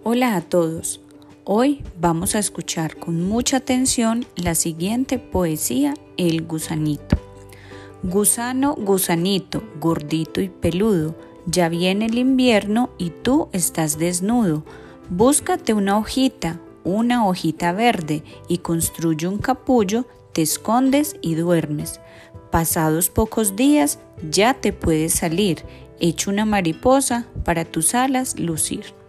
Hola a todos. Hoy vamos a escuchar con mucha atención la siguiente poesía, El gusanito. Gusano, gusanito, gordito y peludo, ya viene el invierno y tú estás desnudo. Búscate una hojita verde y construye un capullo, te escondes y duermes. Pasados pocos días ya te puedes salir, hecho una mariposa para tus alas lucir.